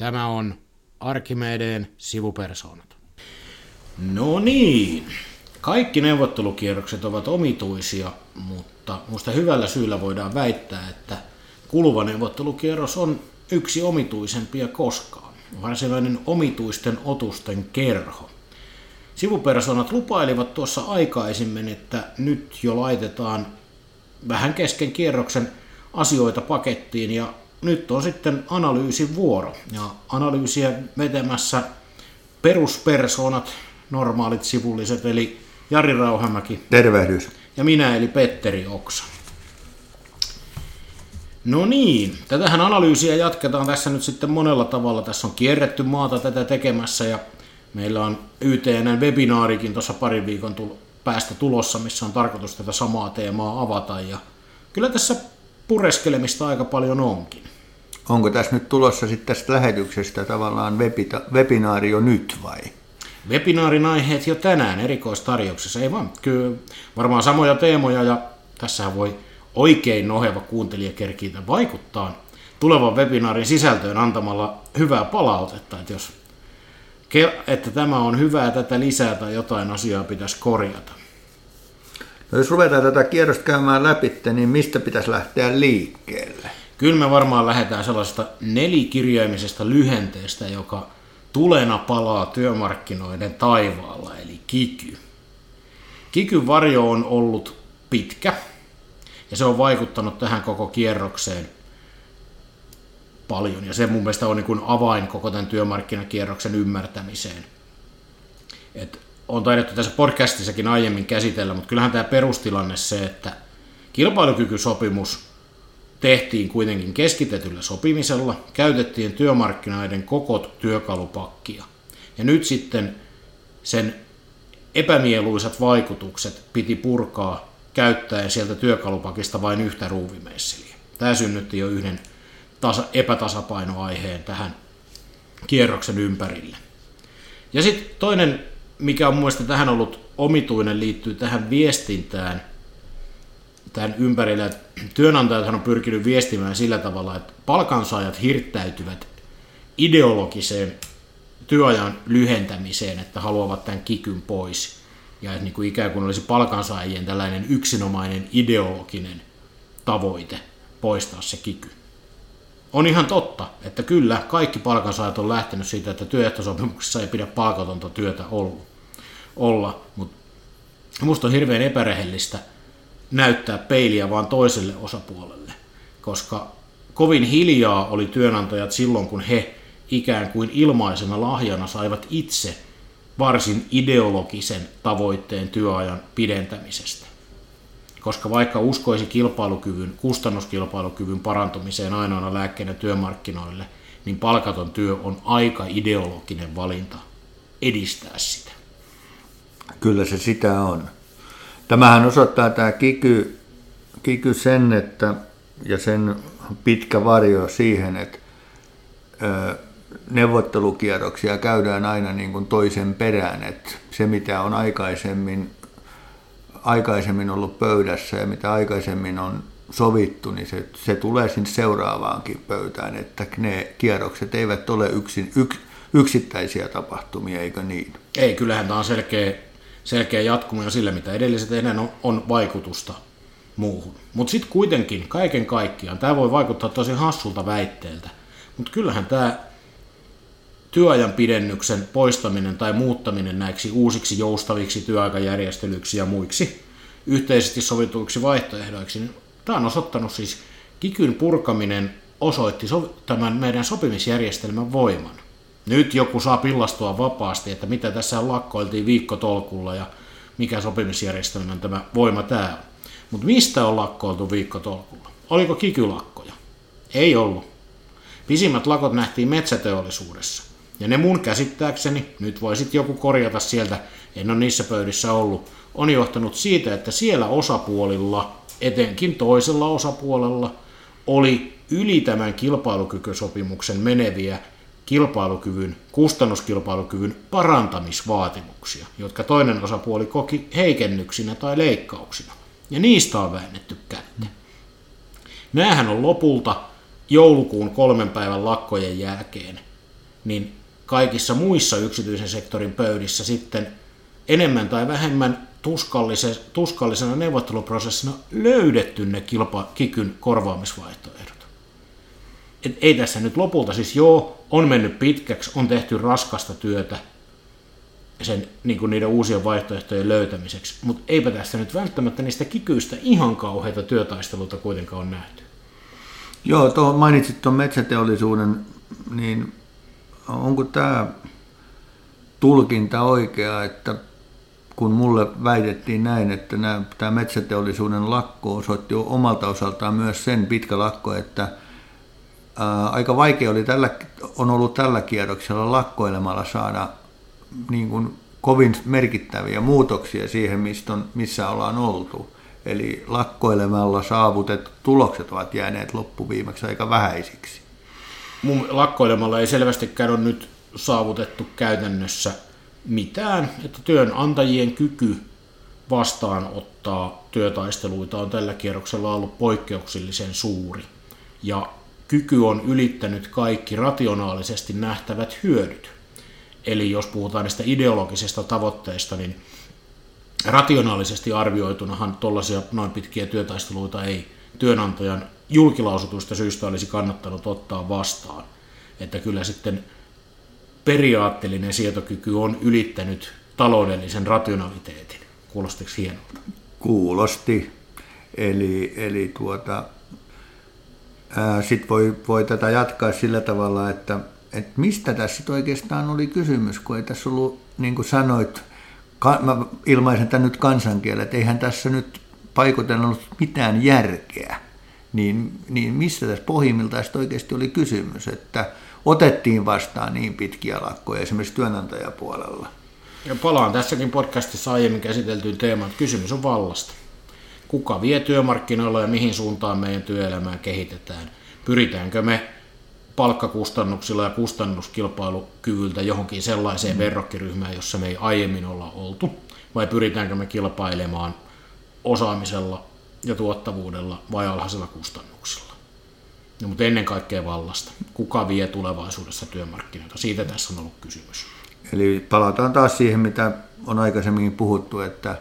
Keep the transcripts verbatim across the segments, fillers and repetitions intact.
Tämä on Arkimedeen sivupersoonat. No niin, kaikki neuvottelukierrokset ovat omituisia, mutta minusta hyvällä syyllä voidaan väittää, että kuluva neuvottelukierros on yksi omituisempia koskaan. Varsinainen omituisten otusten kerho. Sivupersoonat lupailivat tuossa aikaisemmin, että nyt jo laitetaan vähän kesken kierroksen asioita pakettiin ja nyt on sitten analyysin vuoro. Ja analyysiä vetämässä peruspersoonat, normaalit sivulliset, eli Jari Rauhamäki. Tervehdys. Ja minä, eli Petteri Oksa. No niin, tätähän analyysiä jatketaan tässä nyt sitten monella tavalla. Tässä on kierretty maata tätä tekemässä ja meillä on Y T N-webinaarikin tuossa parin viikon päästä tulossa, missä on tarkoitus tätä samaa teemaa avata. Ja kyllä tässä pureskelemista aika paljon onkin. Onko tässä nyt tulossa sitten tästä lähetyksestä tavallaan webita, webinaari jo nyt vai? Webinaarin aiheet jo tänään erikoistarjouksessa, ei vaan, kyllä varmaan samoja teemoja ja tässähän voi oikein noheva kuuntelija kerkiitä vaikuttaa tulevan webinaarin sisältöön antamalla hyvää palautetta, että jos että tämä on hyvää, tätä lisää tai jotain asiaa pitäisi korjata. No jos ruvetaan tätä kierrosta käymään läpi, niin mistä pitäisi lähteä liikkeelle? Kyllä me varmaan lähdetään sellaisesta nelikirjaimisesta lyhenteestä, joka tulena palaa työmarkkinoiden taivaalla, eli kiky. Kikyn varjo on ollut pitkä, ja se on vaikuttanut tähän koko kierrokseen paljon, ja se mun mielestä on niin kuin avain koko tämän työmarkkinakierroksen ymmärtämiseen. Et on taidettu tässä podcastissakin aiemmin käsitellä, mutta kyllähän tämä perustilanne se, että kilpailukykysopimus tehtiin kuitenkin keskitetyllä sopimisella, käytettiin työmarkkinoiden koko työkalupakkia. Ja nyt sitten sen epämieluisat vaikutukset piti purkaa käyttäen sieltä työkalupakista vain yhtä ruuvimeisseliä. Tämä synnytti jo yhden tasa, epätasapainoaiheen tähän kierroksen ympärille. Ja sitten toinen, mikä on mun mielestä tähän ollut omituinen, liittyy tähän viestintään tämän ympärillä. Työnantajathan on pyrkinyt viestimään sillä tavalla, että palkansaajat hirttäytyvät ideologiseen työajan lyhentämiseen, että haluavat tämän kikyn pois. Ja että niin kuin ikään kuin olisi palkansaajien tällainen yksinomainen ideologinen tavoite poistaa se kiky. On ihan totta, että kyllä kaikki palkansaajat on lähtenyt siitä, että työehtosopimuksessa ei pidä palkatonta työtä olla, mutta musta on hirveän epärehellistä näyttää peiliä vaan toiselle osapuolelle, koska kovin hiljaa oli työnantajat silloin, kun he ikään kuin ilmaisena lahjana saivat itse varsin ideologisen tavoitteen työajan pidentämisestä. Koska vaikka uskoisi kilpailukyvyn, kustannuskilpailukyvyn parantumiseen ainoana lääkkeenä työmarkkinoille, niin palkaton työ on aika ideologinen valinta edistää sitä. Kyllä se sitä on. Tämähän osoittaa tämä kiky, kiky sen, että, ja sen pitkä varjo siihen, että ö, neuvottelukierroksia käydään aina niin kuin toisen perään, että se mitä on aikaisemmin, aikaisemmin ollut pöydässä ja mitä aikaisemmin on sovittu, niin se, se tulee sinne seuraavaankin pöytään, että ne kierrokset eivät ole yksin, yks, yksittäisiä tapahtumia, eikö niin? Ei, kyllähän tämä on selkeä, selkeä jatkumo sille, mitä edelliset ennen on, on vaikutusta muuhun. Mutta sitten kuitenkin, kaiken kaikkiaan, tämä voi vaikuttaa tosi hassulta väitteeltä, mutta kyllähän tämä työajan pidennyksen poistaminen tai muuttaminen näiksi uusiksi joustaviksi työaikajärjestelyiksi ja muiksi yhteisesti sovituiksi vaihtoehdoiksi, niin tämä on osoittanut siis, kikyn purkaminen osoitti tämän meidän sopimisjärjestelmän voiman. Nyt joku saa pillastua vapaasti, että mitä tässä lakkoiltiin viikkotolkulla ja mikä sopimisjärjestelmän tämä voima tämä on. Mutta mistä on lakkoiltu viikkotolkulla? Oliko kikylakkoja? Ei ollut. Pisimmät lakot nähtiin metsäteollisuudessa. Ja ne mun käsittääkseni, nyt voi sitten joku korjata sieltä, en ole niissä pöydissä ollut, on johtanut siitä, että siellä osapuolilla, etenkin toisella osapuolella, oli yli tämän kilpailukykysopimuksen meneviä kilpailukyvyn, kustannuskilpailukyvyn parantamisvaatimuksia, jotka toinen osapuoli koki heikennyksinä tai leikkauksina. Ja niistä on väännetty kättä. Nämähän on lopulta joulukuun kolmen päivän lakkojen jälkeen niin kaikissa muissa yksityisen sektorin pöydissä sitten enemmän tai vähemmän tuskallisena neuvotteluprosessina löydetty ne kilpa, kikyn korvaamisvaihtoehdot. Et ei tässä nyt lopulta, siis joo, on mennyt pitkäksi, on tehty raskasta työtä sen, niin kuin niiden uusien vaihtoehtojen löytämiseksi, mutta eipä tässä nyt välttämättä niistä kikyistä ihan kauheita työtaisteluita kuitenkaan on nähty. Joo, tuohon mainitsit tuon metsäteollisuuden, niin onko tämä tulkinta oikea, että kun mulle väitettiin näin, että nämä, tämä metsäteollisuuden lakko osoitti omalta osaltaan myös sen pitkä lakko, että ää, aika vaikea oli tällä, on ollut tällä kierroksella lakkoilemalla saada niin kuin kovin merkittäviä muutoksia siihen, mistä on, missä ollaan oltu. Eli lakkoilemalla saavutetut tulokset ovat jääneet loppuviimeksi aika vähäisiksi. Mun lakkoilemalla ei selvästikään ole nyt saavutettu käytännössä mitään, että työnantajien kyky vastaanottaa työtaisteluita on tällä kierroksella ollut poikkeuksellisen suuri. Ja kyky on ylittänyt kaikki rationaalisesti nähtävät hyödyt. Eli jos puhutaan näistä ideologisista tavoitteista, niin rationaalisesti arvioitunahan tuollaisia noin pitkiä työtaisteluita ei työnantajan julkilausutuista syystä olisi kannattanut ottaa vastaan. Että kyllä sitten periaatteellinen sietokyky on ylittänyt taloudellisen rationaliteetin. Kuulostiko hienolta? Kuulosti. Eli, eli tuota, sitten voi, voi tätä jatkaa sillä tavalla, että, että mistä tässä oikeastaan oli kysymys, kun ei tässä ollut, niin kuin sanoit, ka, mä ilmaisen tämän nyt kansankielellä, että eihän tässä nyt paikoitellen ollut mitään järkeä. Niin, niin mistä tässä pohjimmiltaan oikeasti oli kysymys, että otettiin vastaan niin pitkiä lakkoja esimerkiksi työnantajapuolella? Ja palaan tässäkin podcastissa aiemmin käsiteltyyn teemaan, että kysymys on vallasta. Kuka vie työmarkkinoilla ja mihin suuntaan meidän työelämää kehitetään? Pyritäänkö me palkkakustannuksilla ja kustannuskilpailukyvyltä johonkin sellaiseen mm. verrokkiryhmään, jossa me ei aiemmin olla oltu? Vai pyritäänkö me kilpailemaan osaamisella ja tuottavuudella vai alhaisella kustannuksilla? No, mutta ennen kaikkea vallasta. Kuka vie tulevaisuudessa työmarkkinoita? Siitä tässä on ollut kysymys. Eli palataan taas siihen, mitä on aikaisemmin puhuttu, että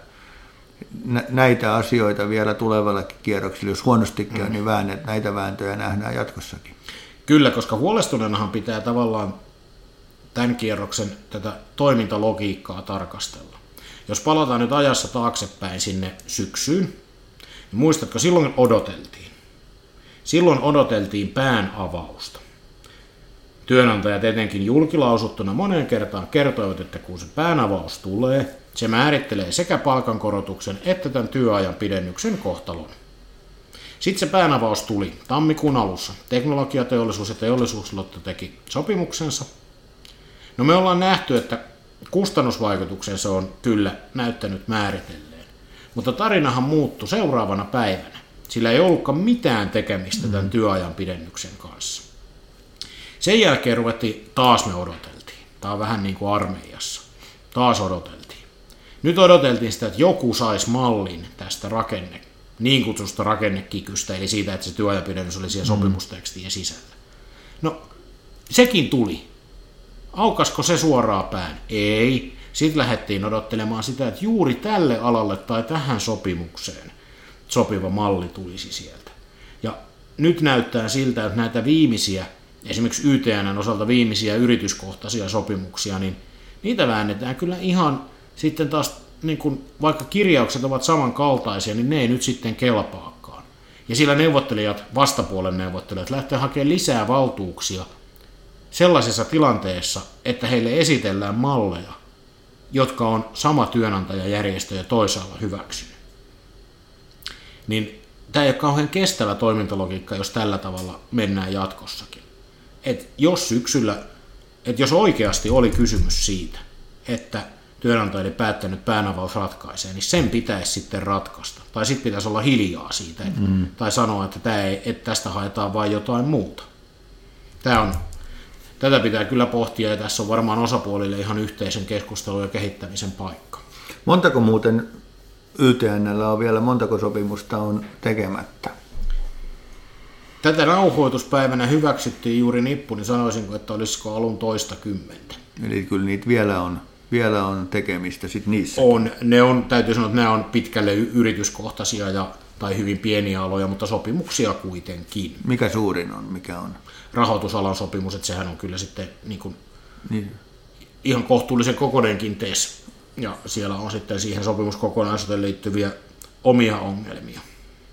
näitä asioita vielä tulevallakin kierroksilla, jos huonosti käy, mm. niin väännet, näitä vääntöjä nähdään jatkossakin. Kyllä, koska huolestuneenahan pitää tavallaan tämän kierroksen tätä toimintalogiikkaa tarkastella. Jos palataan nyt ajassa taaksepäin sinne syksyyn, niin muistatko, silloin odoteltiin. Silloin odoteltiin pään avausta. Työnantajat etenkin julkilausuttuna moneen kertaan kertoivat, että kun se päänavaus tulee, se määrittelee sekä palkankorotuksen että tämän työajan pidennyksen kohtalon. Sitten se päänavaus tuli tammikuun alussa. Teknologiateollisuus ja Teollisuusliitto teki sopimuksensa. No me ollaan nähty, että kustannusvaikutuksensa on kyllä näyttänyt määritelleen. Mutta tarinahan muuttui seuraavana päivänä. Sillä ei ollutkaan mitään tekemistä tämän työajan pidennyksen kanssa. Sen jälkeen ruvettiin, taas me odoteltiin. Tämä on vähän niin kuin armeijassa. Taas odoteltiin. Nyt odoteltiin sitä, että joku saisi mallin tästä rakenne, niin kutsusta rakennekikystä, eli siitä, että se työajapidennys oli siellä sopimustekstien sisällä. No, sekin tuli. Aukasko se suoraan pään? Ei. Sitten lähdettiin odottelemaan sitä, että juuri tälle alalle tai tähän sopimukseen sopiva malli tulisi sieltä. Ja nyt näyttää siltä, että näitä viimeisiä, esimerkiksi Y T N:n osalta viimeisiä yrityskohtaisia sopimuksia, niin niitä väännetään kyllä ihan sitten taas, niin kun, vaikka kirjaukset ovat samankaltaisia, niin ne ei nyt sitten kelpaakaan. Ja sillä neuvottelijat, vastapuolen neuvottelijat, lähtee hakemaan lisää valtuuksia sellaisessa tilanteessa, että heille esitellään malleja, jotka on sama työnantajajärjestö ja toisaalla hyväksynyt. Niin tämä ei ole kauhean kestävä toimintalogiikka, jos tällä tavalla mennään jatkossakin. Et jos syksyllä, et jos oikeasti oli kysymys siitä, että työnantaja oli päättänyt päänavaus ratkaisee, niin sen pitäisi sitten ratkaista. Tai sitten pitäisi olla hiljaa siitä, että, mm. tai sanoa, että, tämä ei, että tästä haetaan vain jotain muuta. Tämä on, tätä pitää kyllä pohtia, ja tässä on varmaan osapuolille ihan yhteisen keskustelun ja kehittämisen paikka. Montako muuten Y T N:llä on vielä, montako sopimusta on tekemättä? tätä nauhoituspäivänä hyväksyttiin juuri nippu, niin sanoisinko, että olisiko alun toista kymmentä. Eli kyllä niitä vielä on, vielä on tekemistä sit niissä. On, ne on, täytyy sanoa, että nämä on pitkälle yrityskohtaisia ja, tai hyvin pieniä aloja, mutta sopimuksia kuitenkin. Mikä suurin on, mikä on? Rahoitusalan sopimus, että sehän on kyllä sitten niin kuin Niin. ihan kohtuullisen kokoinenkin T E S, ja siellä on sitten siihen sopimuskokonaisuuteen liittyviä omia ongelmia.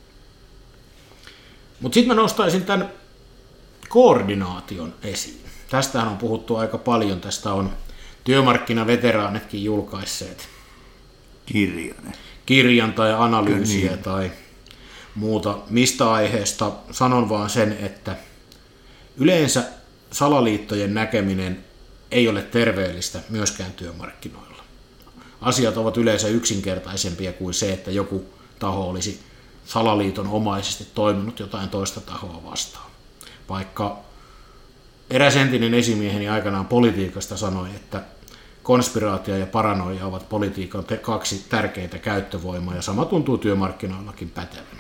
Mutta sitten mä nostaisin tämän koordinaation esiin. Tästähän on puhuttu aika paljon, tästä on työmarkkinaveteraanitkin julkaisseet Kirjanen. kirjan tai analyysiä Niin. tai muuta mistä aiheesta. Sanon vaan sen, että yleensä salaliittojen näkeminen ei ole terveellistä myöskään työmarkkinoilla. Asiat ovat yleensä yksinkertaisempia kuin se, että joku taho olisi salaliiton omaisesti toiminut jotain toista tahoa vastaan. Vaikka eräs entinen esimieheni aikanaan politiikasta sanoi, että konspiraatio ja paranoia ovat politiikan te- kaksi tärkeintä käyttövoimaa, ja sama tuntuu työmarkkinoillakin pätevän.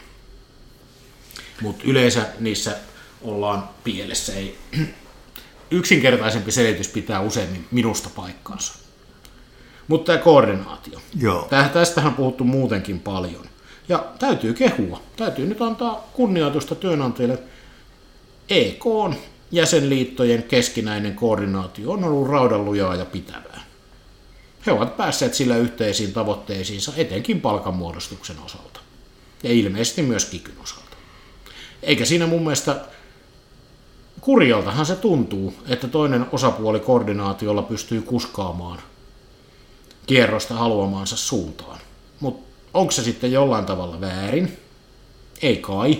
Mutta yleensä niissä ollaan pielessä. Ei. Yksinkertaisempi selitys pitää useimmin minusta paikkaansa. Mutta tämä koordinaatio. Joo. Tästähän on puhuttu muutenkin paljon. Ja täytyy kehua. Täytyy nyt antaa kunnioitusta työnantajille. E K:n jäsenliittojen keskinäinen koordinaatio on ollut raudanlujaa ja pitävää. He ovat päässeet sillä yhteisiin tavoitteisiinsa, etenkin palkanmuodostuksen osalta. Ja ilmeisesti myös kikyn osalta. Eikä siinä mun mielestä kurjaltahan se tuntuu, että toinen osapuoli koordinaatiolla pystyy kuskaamaan kierrosta haluamaansa suuntaan. Mutta onko se sitten jollain tavalla väärin? Ei kai.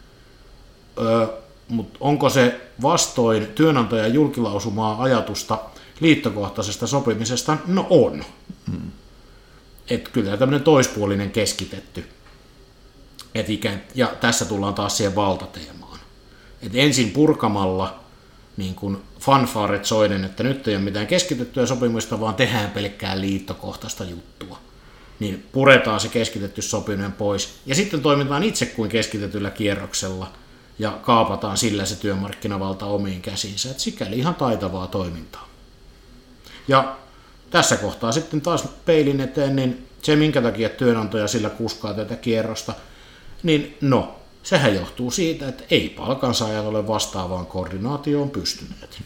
Öö, Mutta onko se vastoin työnantajan julkilausumaa ajatusta liittokohtaisesta sopimisesta? No on. Hmm. Et kyllä tämmöinen toispuolinen keskitetty. Et ikään, ja tässä tullaan taas siihen valtateemaan. Et ensin purkamalla niin kun fanfaaret soiden, että nyt ei ole mitään keskitettyä sopimusta, vaan tehdään pelkkää liittokohtaista juttua. Niin puretaan se keskitetty sopiminen pois. Ja sitten toimitaan itse kuin keskitetyllä kierroksella. Ja kaapataan sillä se työmarkkinavalta omiin käsiinsä. Et sikäli ihan taitavaa toimintaa. Ja tässä kohtaa sitten taas peilin eteen, niin se minkä takia työnantaja sillä kuskaa tätä kierrosta, niin no, sehän johtuu siitä, että ei palkansaajat ole vastaavaan koordinaatioon pystyneet.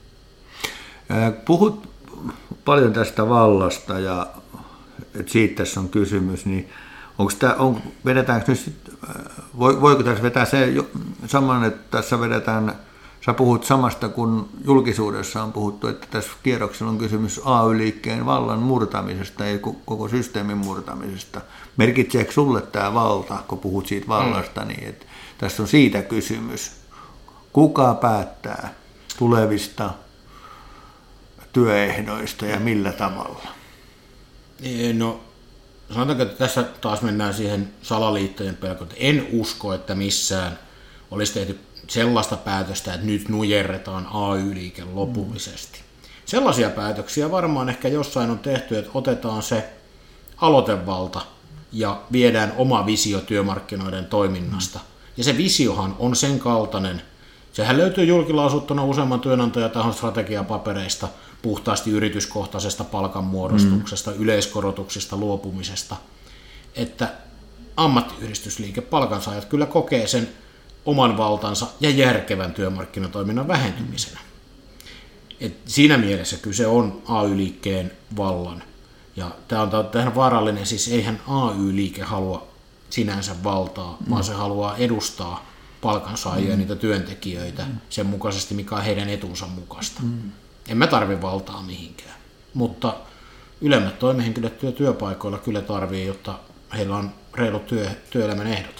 Puhut paljon tästä vallasta ja että siitä tässä on kysymys, niin onko tämä, on, vedetäänkö nyt, voiko tässä vetää se saman, että tässä vedetään, sä puhut samasta kuin julkisuudessa on puhuttu, että tässä kierroksella on kysymys A Y-liikkeen vallan murtamisesta ja koko systeemin murtamisesta. Merkitseekö sulle tämä valta, kun puhut siitä vallasta, mm. niin että tässä on siitä kysymys. Kuka päättää tulevista työehdoista ja millä tavalla? No, sanotaanko, että tässä taas mennään siihen salaliittojen pelkoon. En usko, että missään olisi tehty sellaista päätöstä, että nyt nujerretaan A Y-liike lopullisesti. Mm. Sellaisia päätöksiä varmaan ehkä jossain on tehty, että otetaan se aloitevalta ja viedään oma visio työmarkkinoiden toiminnasta. Mm. Ja se visiohan on sen kaltainen, sehän löytyy julkilausuttuna useamman työnantajatahon strategiapapereista, puhtaasti yrityskohtaisesta palkanmuodostuksesta, mm. yleiskorotuksista luopumisesta, että ammattiyhdistysliike, palkansaajat kyllä kokee sen oman valtansa ja järkevän työmarkkinatoiminnan vähentymisenä. Et siinä mielessä kyse on A Y-liikkeen vallan. Ja tämä on tähän vaarallinen, siis eihän A Y-liike halua sinänsä valtaa, mm. vaan se haluaa edustaa palkansaajia ja mm. niitä työntekijöitä mm. sen mukaisesti, mikä on heidän etunsa mukaista. Mm. En mä tarvi valtaa mihinkään, mutta ylemmät toimihenkilöt työ työpaikoilla kyllä tarvii, jotta heillä on reilut työ, työelämän ehdot.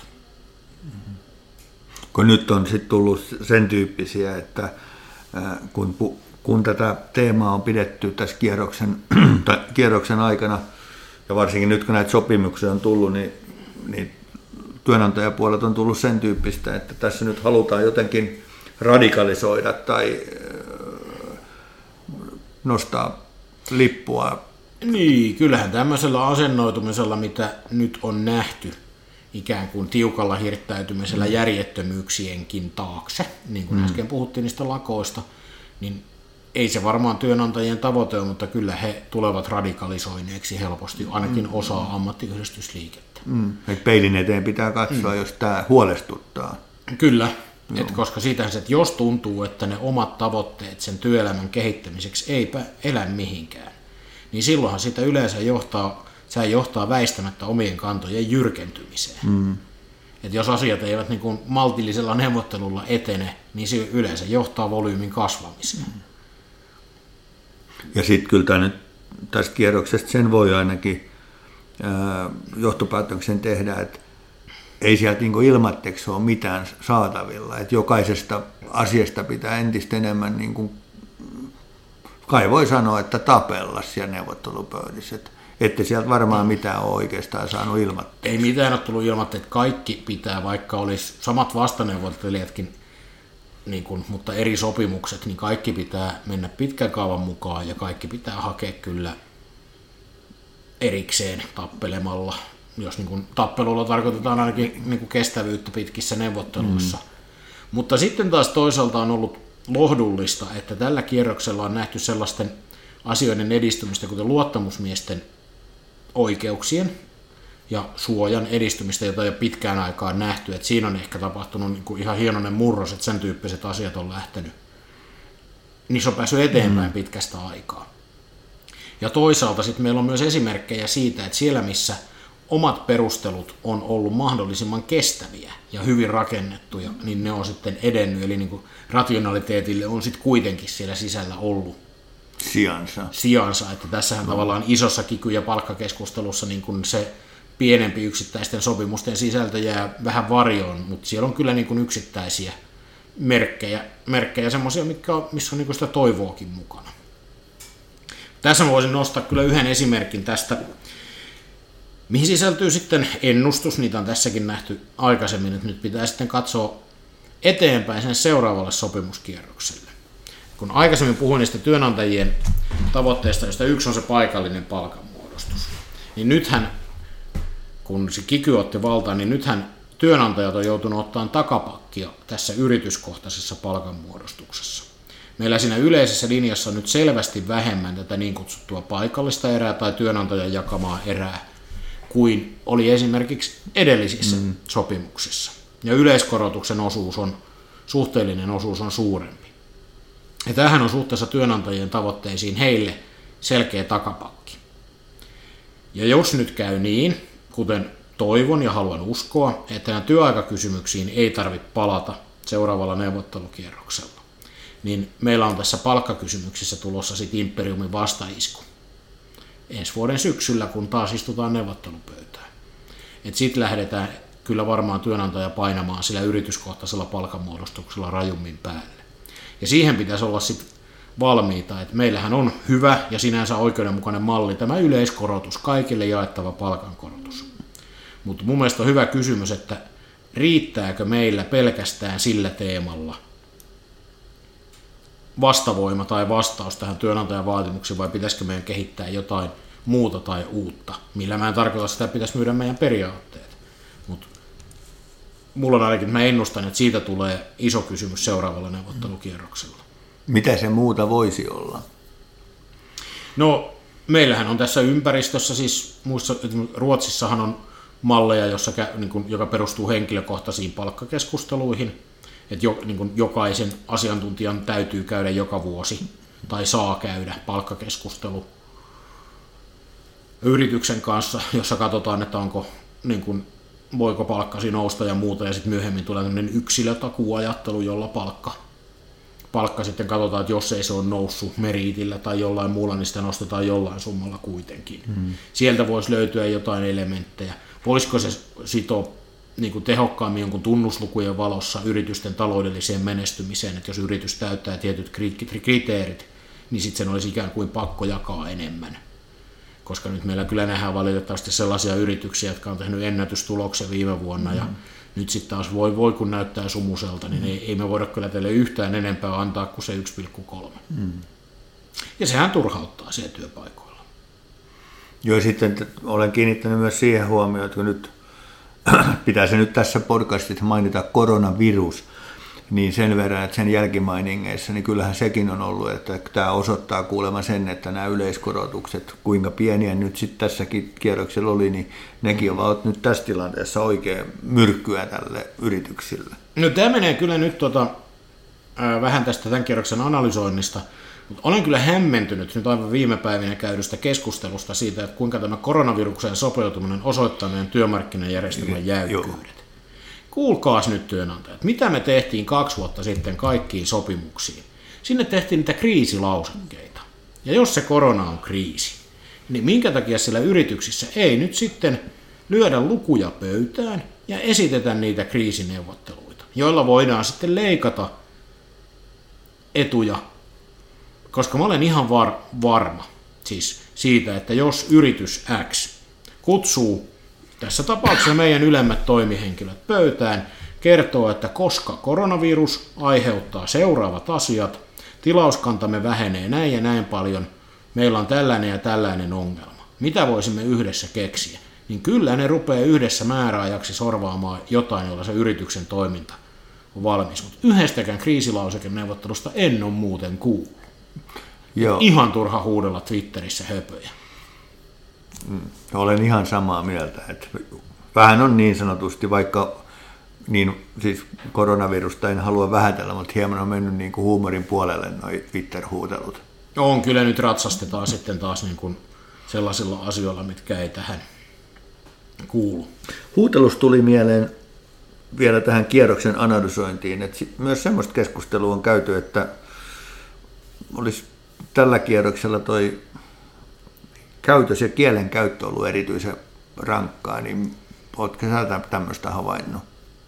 Kun nyt on sitten tullut sen tyyppisiä, että kun, kun tätä teemaa on pidetty tässä kierroksen, tai kierroksen aikana, ja varsinkin nyt kun näitä sopimuksia on tullut, niin, niin työnantajapuolet on tullut sen tyyppistä, että tässä nyt halutaan jotenkin radikalisoida tai nostaa lippua. Niin, kyllähän tämmöisellä asennoitumisella, mitä nyt on nähty, ikään kuin tiukalla hirttäytymisellä järjettömyyksienkin taakse, niin kuin mm. äsken puhuttiin niistä lakoista, niin ei se varmaan työnantajien tavoite ole, mutta kyllä he tulevat radikalisoineeksi helposti, ainakin osa ammattiyhdistysliikettä. Mm. Peilin eteen pitää katsoa, mm. jos tämä huolestuttaa. Kyllä, et koska siitä että jos tuntuu, että ne omat tavoitteet sen työelämän kehittämiseksi eipä elä mihinkään, niin silloinhan sitä yleensä johtaa, sehän johtaa väistämättä omien kantojen jyrkentymiseen. Mm. Et jos asiat eivät niin kuin maltillisella neuvottelulla etene, niin se yleensä johtaa volyymin kasvamiseen. Mm. Ja sitten kyllä nyt tästä kierroksesta sen voi ainakin ää, johtopäätöksen tehdä, että ei sieltä niin kuin ilmatteeksi ole mitään saatavilla. Että jokaisesta asiasta pitää entistä enemmän, niin kuin, kai voi sanoa, että tapella siellä neuvottelupöydissä. Että ette sieltä varmaan mitään ole oikeastaan saanut ilmatteeksi. Ei mitään ole tullut ilmatteeksi. Kaikki pitää, vaikka olisi samat vastaneuvottelijatkin, niin kuin, mutta eri sopimukset, niin kaikki pitää mennä pitkän kaavan mukaan ja kaikki pitää hakea kyllä erikseen tappelemalla. Jos niin kuin, tappelulla tarkoitetaan ainakin niin kuin kestävyyttä pitkissä neuvotteluissa. Mm. Mutta sitten taas toisaalta on ollut lohdullista, että tällä kierroksella on nähty sellaisten asioiden edistymistä, kuten luottamusmiesten oikeuksien ja suojan edistymistä, jota ei ole pitkään aikaan nähty. Et siinä on ehkä tapahtunut niin kuin ihan hienoinen murros, että sen tyyppiset asiat on lähtenyt. Niissä on päässyt eteenpäin mm. pitkästä aikaa. Ja toisaalta sitten meillä on myös esimerkkejä siitä, että siellä missä omat perustelut on ollut mahdollisimman kestäviä ja hyvin rakennettuja, niin ne on sitten edennyt. Eli niin kuin rationaliteetille on sitten kuitenkin siellä sisällä ollut sijansa. sijansa. Että tässähän no. tavallaan isossa kiky- ja palkkakeskustelussa niin kuin se pienempi yksittäisten sopimusten sisältö jää vähän varjoon, mutta siellä on kyllä niin kuin yksittäisiä merkkejä, merkkejä semmoisia, missä on, missä on niin kuin sitä toivoakin mukana. Tässä voisin nostaa kyllä yhden esimerkin tästä, mihin sisältyy sitten ennustus, niitä on tässäkin nähty aikaisemmin, että nyt pitää sitten katsoa eteenpäin sen seuraavalle sopimuskierrokselle. Kun aikaisemmin puhuin niistä työnantajien tavoitteista, joista yksi on se paikallinen palkanmuodostus, niin nythän, kun se kiky otti valtaan, niin nythän työnantajat on joutunut ottamaan takapakkia tässä yrityskohtaisessa palkanmuodostuksessa. Meillä siinä yleisessä linjassa on nyt selvästi vähemmän tätä niin kutsuttua paikallista erää tai työnantajan jakamaa erää, kuin oli esimerkiksi edellisissä mm. sopimuksissa. Ja yleiskorotuksen osuus on, suhteellinen osuus on suurempi. Ja tämähän on suhteessa työnantajien tavoitteisiin heille selkeä takapakki. Ja jos nyt käy niin, kuten toivon ja haluan uskoa, että nämä työaikakysymyksiin ei tarvitse palata seuraavalla neuvottelukierroksella, niin meillä on tässä palkkakysymyksissä tulossa sitten Imperiumin vastaisku ensi vuoden syksyllä, kun taas istutaan neuvottelupöytään. Sitten lähdetään kyllä varmaan työnantaja painamaan sillä yrityskohtaisella palkanmuodostuksella rajummin päälle. Ja siihen pitäisi olla sitten valmiita, että meillähän on hyvä ja sinänsä oikeudenmukainen malli, tämä yleiskorotus, kaikille jaettava palkankorotus. Mutta mun mielestä on hyvä kysymys, että riittääkö meillä pelkästään sillä teemalla vastavoima tai vastaus tähän työnantajan vaatimuksiin, vai pitäisikö meidän kehittää jotain muuta tai uutta, millä mä en tarkoita sitä, että pitäisi myydä meidän periaatteet. Mutta mulla on ainakin, mä ennustan, että siitä tulee iso kysymys seuraavalla neuvottelukierroksella. Mitä se muuta voisi olla? No, meillähän on tässä ympäristössä, siis muissa, Ruotsissahan on malleja, jossa, niin kuin, joka perustuu henkilökohtaisiin palkkakeskusteluihin, että jo, niin kuin jokaisen asiantuntijan täytyy käydä joka vuosi tai saa käydä palkkakeskustelu yrityksen kanssa, jossa katsotaan, että onko, niin kuin, voiko palkkasi nousta ja muuta, ja sitten myöhemmin tulee tämmöinen yksilötakuajattelu, jolla palkka, palkka sitten katsotaan, että jos ei se ole noussut meriitillä tai jollain muulla, niin sitä nostetaan jollain summalla kuitenkin. Hmm. Sieltä voisi löytyä jotain elementtejä. Voisiko se sitoa niin kuin tehokkaammin jonkun tunnuslukujen valossa yritysten taloudelliseen menestymiseen, että jos yritys täyttää tietyt kriteerit, niin sitten sen olisi ikään kuin pakko jakaa enemmän. Koska nyt meillä kyllä nähdään valitettavasti sellaisia yrityksiä, jotka on tehnyt ennätystuloksen viime vuonna, mm-hmm. ja nyt sitten taas voi, voi kun näyttää sumuselta, niin ei, ei me voida kyllä teille yhtään enempää antaa kuin se yksi pilkku kolme. Mm-hmm. Ja sehän turhauttaa siellä työpaikoilla. Joo, sitten olen kiinnittänyt myös siihen huomioon, että kun nyt pitää se nyt tässä podcastissa mainita koronavirus, niin sen verran, että sen jälkimainingeissa, niin kyllähän sekin on ollut, että tämä osoittaa kuulemma sen, että nämä yleiskorotukset, kuinka pieniä nyt sitten tässäkin kierroksella oli, niin nekin ovat nyt tässä tilanteessa oikein myrkkyä tälle yrityksille. No tämä menee kyllä nyt tota, äh, vähän tästä tämän kierroksen analysoinnista, mutta olen kyllä hämmentynyt nyt aivan viime päivinä käydystä keskustelusta siitä, että kuinka tämä koronavirukseen sopeutuminen osoittaa meidän työmarkkinajärjestelmän jäykkyydet. Kuulkaas nyt työnantajat, mitä me tehtiin kaksi vuotta sitten kaikkiin sopimuksiin? Sinne tehtiin niitä kriisilausekkeita. Ja jos se korona on kriisi, niin minkä takia siellä yrityksissä ei nyt sitten lyödä lukuja pöytään ja esitetä niitä kriisineuvotteluita, joilla voidaan sitten leikata etuja, koska mä olen ihan var- varma siis siitä, että jos yritys X kutsuu tässä tapauksessa meidän ylemmät toimihenkilöt pöytään, kertoo, että koska koronavirus aiheuttaa seuraavat asiat, tilauskantamme vähenee näin ja näin paljon, meillä on tällainen ja tällainen ongelma. Mitä voisimme yhdessä keksiä? Niin kyllä ne rupeaa yhdessä määräajaksi sorvaamaan jotain, jolla se yrityksen toiminta on valmis. Mutta yhdestäkään kriisilausekeneuvottelusta en ole muuten kuullut. Joo. Ihan turha huudella Twitterissä höpöjä. Olen ihan samaa mieltä, että vähän on niin sanotusti, vaikka niin, siis koronavirusta en halua vähätellä, mutta hieman on mennyt niin kuin huumorin puolelle nuo Twitter-huutelut. On, kyllä nyt ratsastetaan sitten taas niin kuin sellaisilla asioilla, mitkä ei tähän kuulu. Huutelus tuli mieleen vielä tähän kierroksen analysointiin, että myös semmoista keskustelua on käyty, että olisi tällä kierroksella toi käytös ja kielen käyttö on ollut erityisen rankkaa, niin oletko sä tämmöistä havainnut?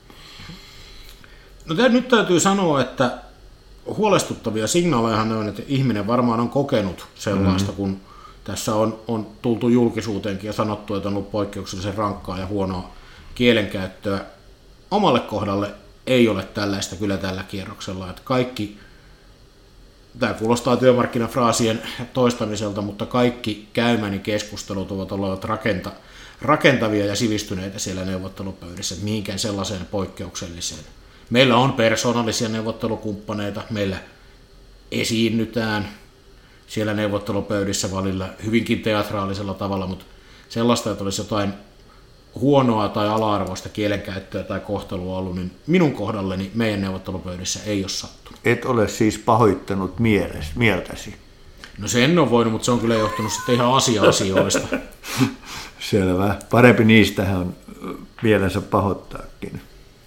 No tämä nyt täytyy sanoa, että huolestuttavia signaaleja on, että ihminen varmaan on kokenut sellaista, mm-hmm. kun tässä on, on tultu julkisuuteenkin ja sanottu, että on ollut poikkeuksellisen rankkaa ja huonoa kielenkäyttöä. Omalle kohdalle ei ole tällaista kyllä tällä kierroksella, että kaikki, tämä kuulostaa työmarkkinafraasien toistamiselta, mutta kaikki käymäni keskustelut ovat olleet rakenta, rakentavia ja sivistyneitä siellä neuvottelupöydissä, että mihinkään sellaiseen poikkeukselliseen. Meillä on persoonallisia neuvottelukumppaneita, meillä esiinnytään siellä neuvottelupöydissä välillä hyvinkin teatraalisella tavalla, mutta sellaista, että olisi jotain huonoa tai ala-arvoista kielenkäyttöä tai kohtelua ollut, niin minun kohdalleni meidän neuvottelupöydissä ei ole sattunut. Et ole siis pahoittanut mieles, mieltäsi? No se en ole voinut, mutta se on kyllä johtunut sitten ihan asia-asioista. Selvä. Parempi niistähän on mielensä pahoittaakin.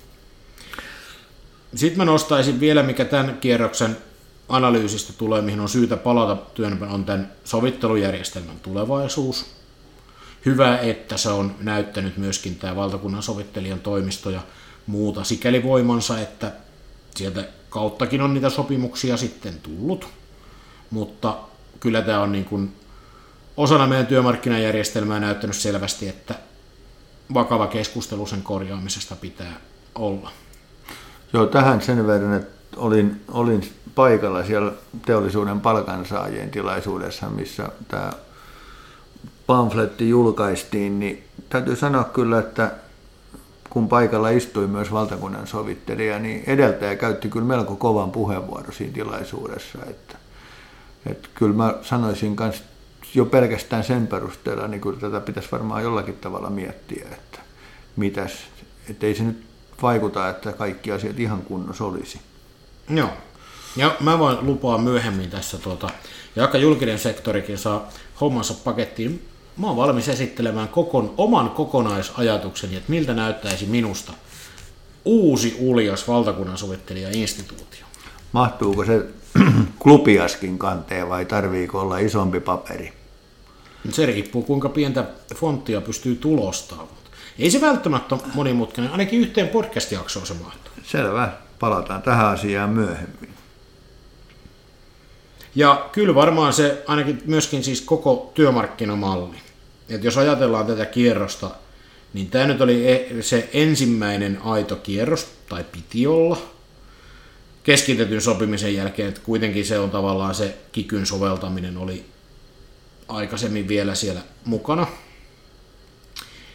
Sitten mä nostaisin vielä, mikä tämän kierroksen analyysistä tulee, mihin on syytä palata työn, on tämän sovittelujärjestelmän tulevaisuus. Hyvä, että se on näyttänyt myöskin tämä valtakunnan sovittelijan toimisto ja muuta sikäli voimansa, että sieltä kauttakin on niitä sopimuksia sitten tullut, mutta kyllä tämä on niin kuin osana meidän työmarkkinajärjestelmää näyttänyt selvästi, että vakava keskustelu sen korjaamisesta pitää olla. Joo, tähän sen verran, että olin, olin paikalla siellä teollisuuden palkansaajien tilaisuudessa, missä tämä pamfletti julkaistiin, niin täytyy sanoa kyllä, että kun paikalla istui myös valtakunnan sovittelija, niin edeltäjä käytti kyllä melko kovan puheenvuoro siinä tilaisuudessa. Että, että kyllä mä sanoisin myös jo pelkästään sen perusteella, niin kyllä tätä pitäisi varmaan jollakin tavalla miettiä, että mitäs, että ei se nyt vaikuta, että kaikki asiat ihan kunnossa olisi. Joo, ja mä voin lupaa myöhemmin tässä, tuota, ja vaikka julkinen sektorikin saa hommansa pakettiin, mä oon valmis esittelemään kokon, oman kokonaisajatukseni, että miltä näyttäisi minusta uusi uljas valtakunnan sovittelija-instituutio. Mahtuuko se klubiaskin kanteen vai tarviiko olla isompi paperi? Se riippuu, kuinka pientä fonttia pystyy tulostamaan. Ei se välttämättä ole monimutkainen, ainakin yhteen podcast-jaksoon se mahtuu. Selvä, palataan tähän asiaan myöhemmin. Ja kyllä varmaan se ainakin myöskin siis koko työmarkkinamalli. Et jos ajatellaan tätä kierrosta, niin tämä nyt oli se ensimmäinen aito kierros, tai piti olla, keskitetyn sopimisen jälkeen, että kuitenkin se on tavallaan se kikyn soveltaminen oli aikaisemmin vielä siellä mukana.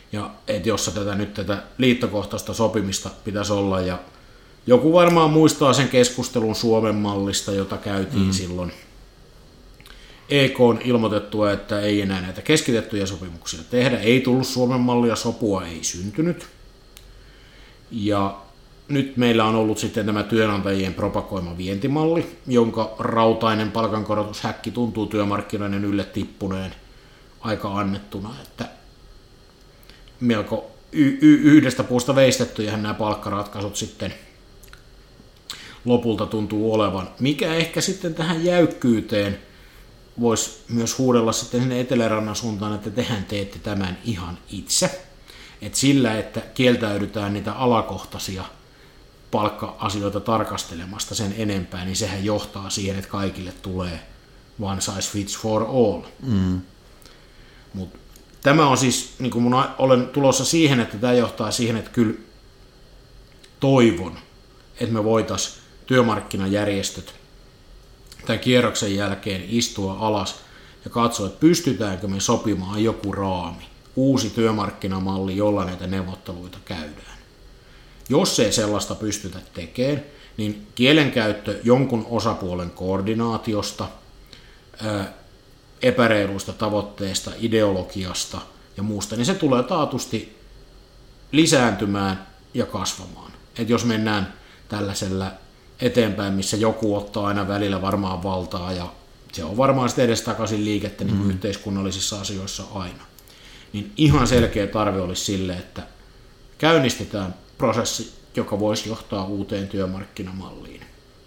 ja et jossa tätä nyt tätä liittokohtaista sopimista pitäisi olla, ja joku varmaan muistaa sen keskustelun Suomen mallista, jota käytiin mm. silloin E K:n ilmoitettua, että ei enää näitä keskitettyjä sopimuksia tehdä, ei tullut Suomen mallia, sopua ei syntynyt, ja nyt meillä on ollut sitten tämä työnantajien propagoima vientimalli, jonka rautainen palkankorotushäkki tuntuu työmarkkinoiden ylle tippuneen aika annettuna, että melko y- y- yhdestä puusta veistettyjähän nämä palkkaratkaisut sitten lopulta tuntuu olevan, mikä ehkä sitten tähän jäykkyyteen voisi myös huudella sitten sinne Etelärannan suuntaan, että tehän teette tämän ihan itse, että sillä, että kieltäydytään niitä alakohtaisia palkka-asioita tarkastelemasta sen enempää, niin sehän johtaa siihen, että kaikille tulee one size fits for all. Mm. Mut tämä on siis, niin kuin mun olen tulossa siihen, että tämä johtaa siihen, että kyllä toivon, että me voitaisiin työmarkkinajärjestöt tämän kierroksen jälkeen istua alas ja katsoa, että pystytäänkö me sopimaan joku raami, uusi työmarkkinamalli, jolla näitä neuvotteluita käydään. Jos ei sellaista pystytä tekemään, niin kielenkäyttö jonkun osapuolen koordinaatiosta, epäreiluista tavoitteista, ideologiasta ja muusta, niin se tulee taatusti lisääntymään ja kasvamaan. Et jos mennään tällaisella eteenpäin, missä joku ottaa aina välillä varmaan valtaa, ja se on varmaan sitten edestakaisin liikettä niin kuin mm. yhteiskunnallisissa asioissa aina, niin ihan selkeä tarve olisi sille, että käynnistetään prosessi, joka voisi johtaa uuteen työmarkkinamalliin.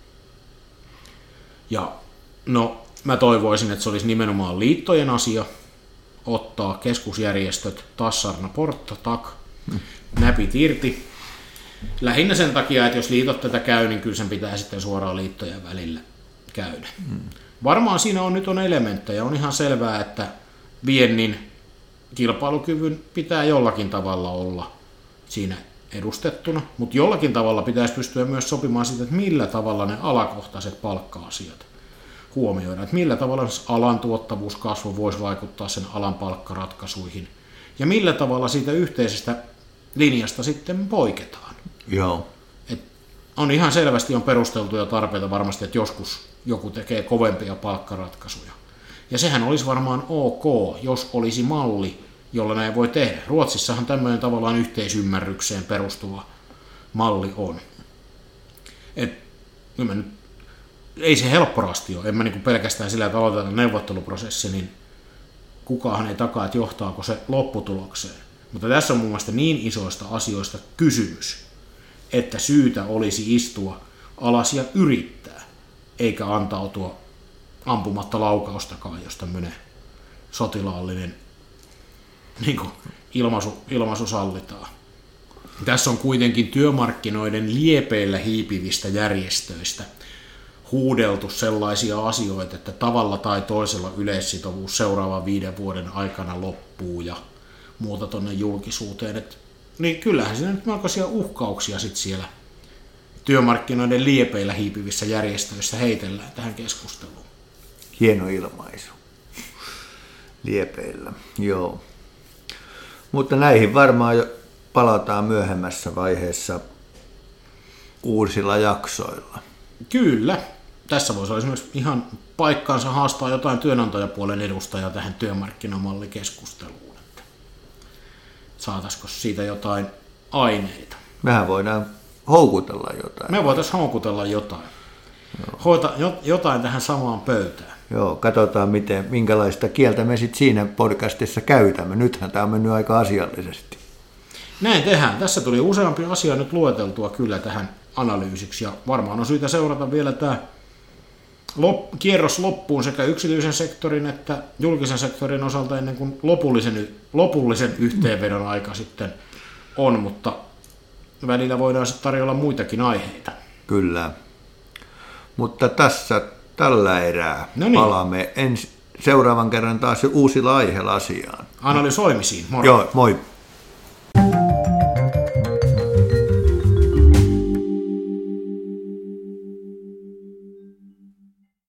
Ja no, mä toivoisin, että se olisi nimenomaan liittojen asia, ottaa keskusjärjestöt, tassarna portta, tak, mm. näpit irti. Lähinnä sen takia, että jos liitot tätä käy, niin kyllä sen pitää sitten suoraan liittojen välillä käydä. Mm. Varmaan siinä on nyt on elementtejä. On ihan selvää, että viennin kilpailukyvyn pitää jollakin tavalla olla siinä edustettuna, mutta jollakin tavalla pitäisi pystyä myös sopimaan siitä, että millä tavalla ne alakohtaiset palkka-asiat huomioidaan, että millä tavalla alan tuottavuuskasvu voisi vaikuttaa sen alan palkkaratkaisuihin, ja millä tavalla siitä yhteisestä linjasta sitten poiketaan. Joo. Et on ihan selvästi on perusteltuja tarpeita varmasti, että joskus joku tekee kovempia palkkaratkaisuja. Ja sehän olisi varmaan ok, jos olisi malli, jolla näin voi tehdä. Ruotsissahan tämmöinen tavallaan yhteisymmärrykseen perustuva malli on. Et, mä nyt, ei se helppo rasti ole. En mä niinku pelkästään sillä, että aloitetaan neuvotteluprosessi, niin kukaan ei takaa, että johtaako se lopputulokseen. Mutta tässä on mun mielestä niin isoista asioista kysymys, että syytä olisi istua alas ja yrittää, eikä antautua ampumatta laukaustakaan, jos tämmöinen sotilaallinen niin kuin ilmaisu, ilmaisu sallitaan. Tässä on kuitenkin työmarkkinoiden liepeillä hiipivistä järjestöistä huudeltu sellaisia asioita, että tavalla tai toisella yleissitovuus seuraavan viiden vuoden aikana loppuu ja muuta tuonne julkisuuteen. Et, niin kyllähän siinä nyt melkoisia uhkauksia sit siellä työmarkkinoiden liepeillä hiipivissä järjestöissä heitellään tähän keskusteluun. Hieno ilmaisu. Liepeillä, joo. Mutta näihin varmaan jo palataan myöhemmässä vaiheessa uusilla jaksoilla. Kyllä. Tässä voisi olla esimerkiksi ihan paikkaansa haastaa jotain työnantajapuolen edustajaa tähän työmarkkinamallikeskusteluun. Että saataisiko siitä jotain aineita? Mehän voidaan houkutella jotain. Me voitaisiin houkutella jotain. Hoita jotain tähän samaan pöytään. Joo, katsotaan miten, minkälaista kieltä me sitten siinä podcastissa käytämme. Nythän tämä on mennyt aika asiallisesti. Näin tehdään. Tässä tuli useampi asia nyt lueteltua kyllä tähän analyysiksi, ja varmaan on syytä seurata vielä tämä lop- kierros loppuun sekä yksityisen sektorin että julkisen sektorin osalta ennen kuin lopullisen, lopullisen yhteenvedon aika sitten on, mutta välillä voidaan sitten tarjolla muitakin aiheita. Kyllä, mutta tässä tällä erää no niin. Palaamme ensi, seuraavan kerran taas uusilla aiheilla asiaan. Analysoimisiin, moro. Joo, moi.